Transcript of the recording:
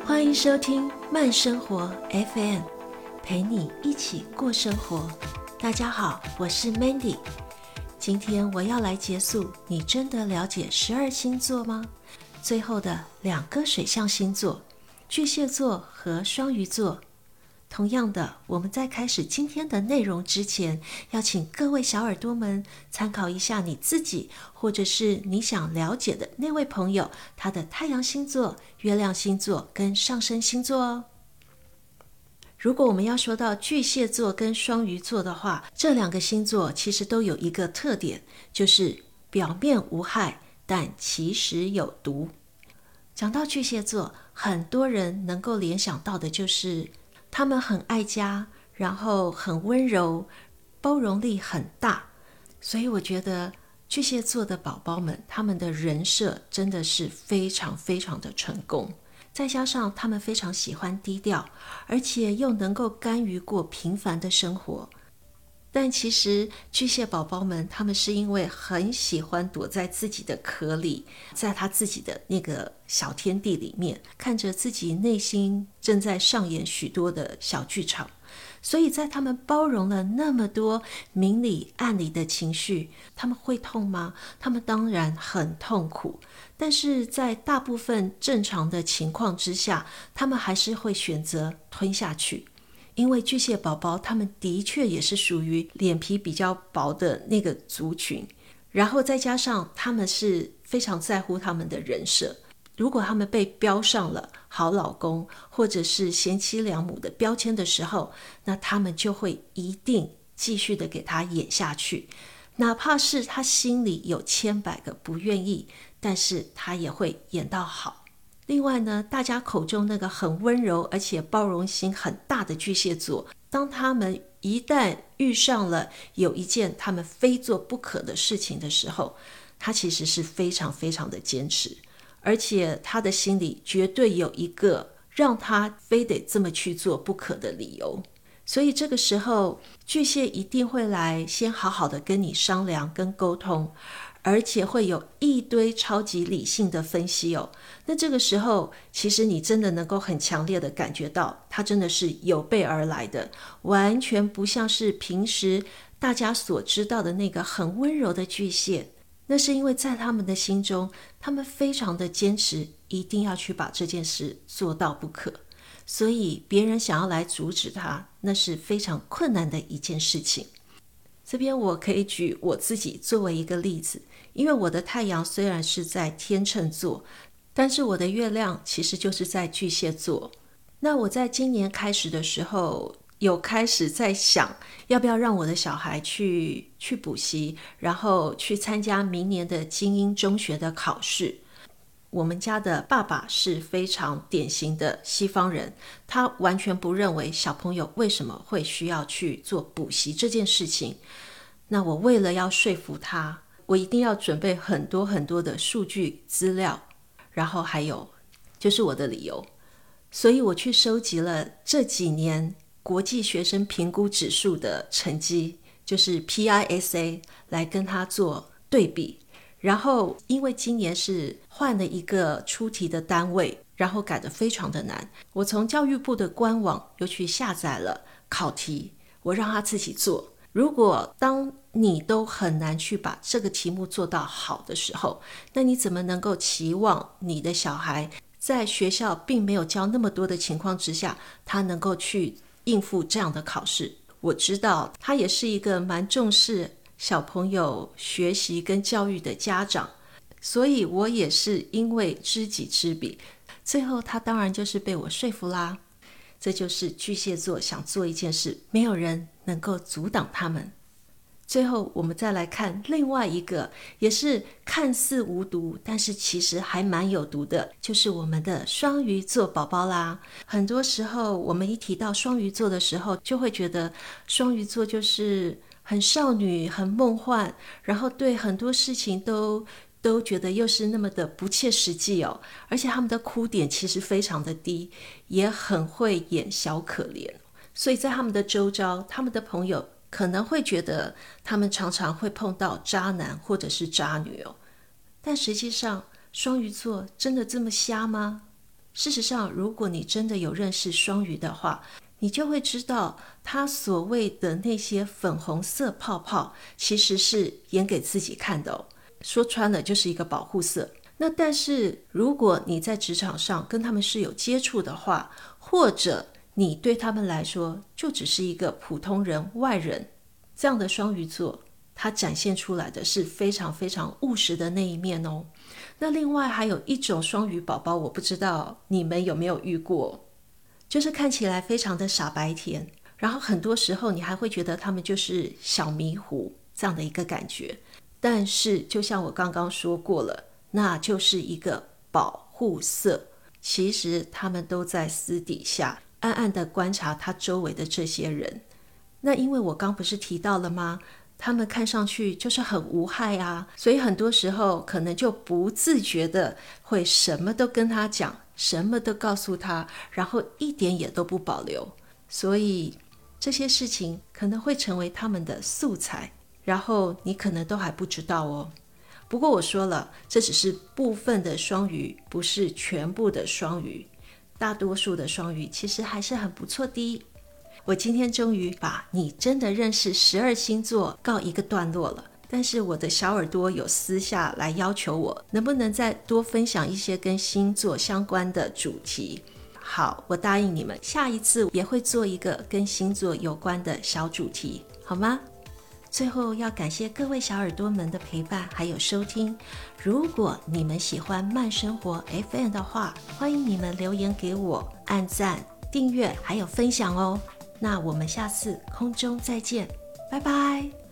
欢迎收听慢生活 FM， 陪你一起过生活。大家好，我是 Mandy。今天我要来结束你真的了解12星座吗？最后的2个水象星座，巨蟹座和双鱼座。同样的，我们在开始今天的内容之前，要请各位小耳朵们参考一下你自己，或者是你想了解的那位朋友，他的太阳星座、月亮星座跟上升星座哦。如果我们要说到巨蟹座跟双鱼座的话，这2个星座其实都有一个特点，就是表面无害，但其实有毒。讲到巨蟹座，很多人能够联想到的就是他们很爱家，然后很温柔，包容力很大。所以我觉得巨蟹座的宝宝们，他们的人设真的是非常非常的成功。再加上他们非常喜欢低调，而且又能够甘于过平凡的生活。但其实巨蟹宝宝们，他们是因为很喜欢躲在自己的壳里，在他自己的那个小天地里面，看着自己内心正在上演许多的小剧场。所以在他们包容了那么多明里暗里的情绪，他们会痛吗？他们当然很痛苦，但是在大部分正常的情况之下，他们还是会选择吞下去。因为巨蟹宝宝他们的确也是属于脸皮比较薄的那个族群，然后再加上他们是非常在乎他们的人设，如果他们被标上了好老公或者是贤妻良母的标签的时候，那他们就会一定继续的给他演下去，哪怕是他心里有千百个不愿意，但是他也会演到好。另外呢，大家口中那个很温柔而且包容心很大的巨蟹座，当他们一旦遇上了有一件他们非做不可的事情的时候，他其实是非常非常的坚持，而且他的心里绝对有一个让他非得这么去做不可的理由。所以这个时候巨蟹一定会来先好好的跟你商量跟沟通，而且会有一堆超级理性的分析哦。那这个时候其实你真的能够很强烈的感觉到他真的是有备而来的，完全不像是平时大家所知道的那个很温柔的巨蟹。那是因为在他们的心中，他们非常的坚持，一定要去把这件事做到不可。所以别人想要来阻止他，那是非常困难的一件事情。这边我可以举我自己作为一个例子，因为我的太阳虽然是在天秤座，但是我的月亮其实就是在巨蟹座。那我在今年开始的时候，有开始在想要不要让我的小孩去补习，然后去参加明年的精英中学的考试。我们家的爸爸是非常典型的西方人，他完全不认为小朋友为什么会需要去做补习这件事情。那我为了要说服他，我一定要准备很多很多的数据资料，然后还有就是我的理由。所以我去收集了这几年国际学生评估指数的成绩，就是 PISA 来跟他做对比。然后因为今年是换了一个出题的单位，然后改得非常的难，我从教育部的官网又去下载了考题，我让他自己做。如果当你都很难去把这个题目做到好的时候，那你怎么能够期望你的小孩在学校并没有教那么多的情况之下，他能够去应付这样的考试？我知道他也是一个蛮重视小朋友学习跟教育的家长，所以我也是因为知己知彼，最后他当然就是被我说服啦。这就是巨蟹座想做一件事，没有人能够阻挡他们。最后我们再来看另外一个也是看似无毒，但是其实还蛮有毒的，就是我们的双鱼座宝宝啦。很多时候我们一提到双鱼座的时候，就会觉得双鱼座就是很少女很梦幻，然后对很多事情都觉得又是那么的不切实际哦，而且他们的哭点其实非常的低，也很会演小可怜。所以在他们的周遭，他们的朋友可能会觉得他们常常会碰到渣男或者是渣女哦。但实际上双鱼座真的这么瞎吗？ 事实上，如果你真的有认识双鱼的话，你就会知道他所谓的那些粉红色泡泡其实是演给自己看的说穿了就是一个保护色。那但是如果你在职场上跟他们是有接触的话，或者你对他们来说就只是一个普通人、外人，这样的双鱼座它展现出来的是非常非常务实的那一面那另外还有一种双鱼宝宝，我不知道你们有没有遇过，就是看起来非常的傻白甜，然后很多时候你还会觉得他们就是小迷糊这样的一个感觉。但是就像我刚刚说过了，那就是一个保护色，其实他们都在私底下暗暗的观察他周围的这些人。那因为我刚不是提到了吗，他们看上去就是很无害啊，所以很多时候可能就不自觉的会什么都跟他讲，什么都告诉他，然后一点也都不保留，所以这些事情可能会成为他们的素材，然后你可能都还不知道不过我说了，这只是部分的双鱼，不是全部的双鱼，大多数的双鱼其实还是很不错的。我今天终于把你真的认识12星座告一个段落了，但是我的小耳朵有私下来要求我能不能再多分享一些跟星座相关的主题。好，我答应你们，下一次也会做一个跟星座有关的小主题，好吗？最后要感谢各位小耳朵们的陪伴还有收听，如果你们喜欢慢生活 FM 的话，欢迎你们留言给我，按赞、订阅还有分享那我们下次空中再见，拜拜。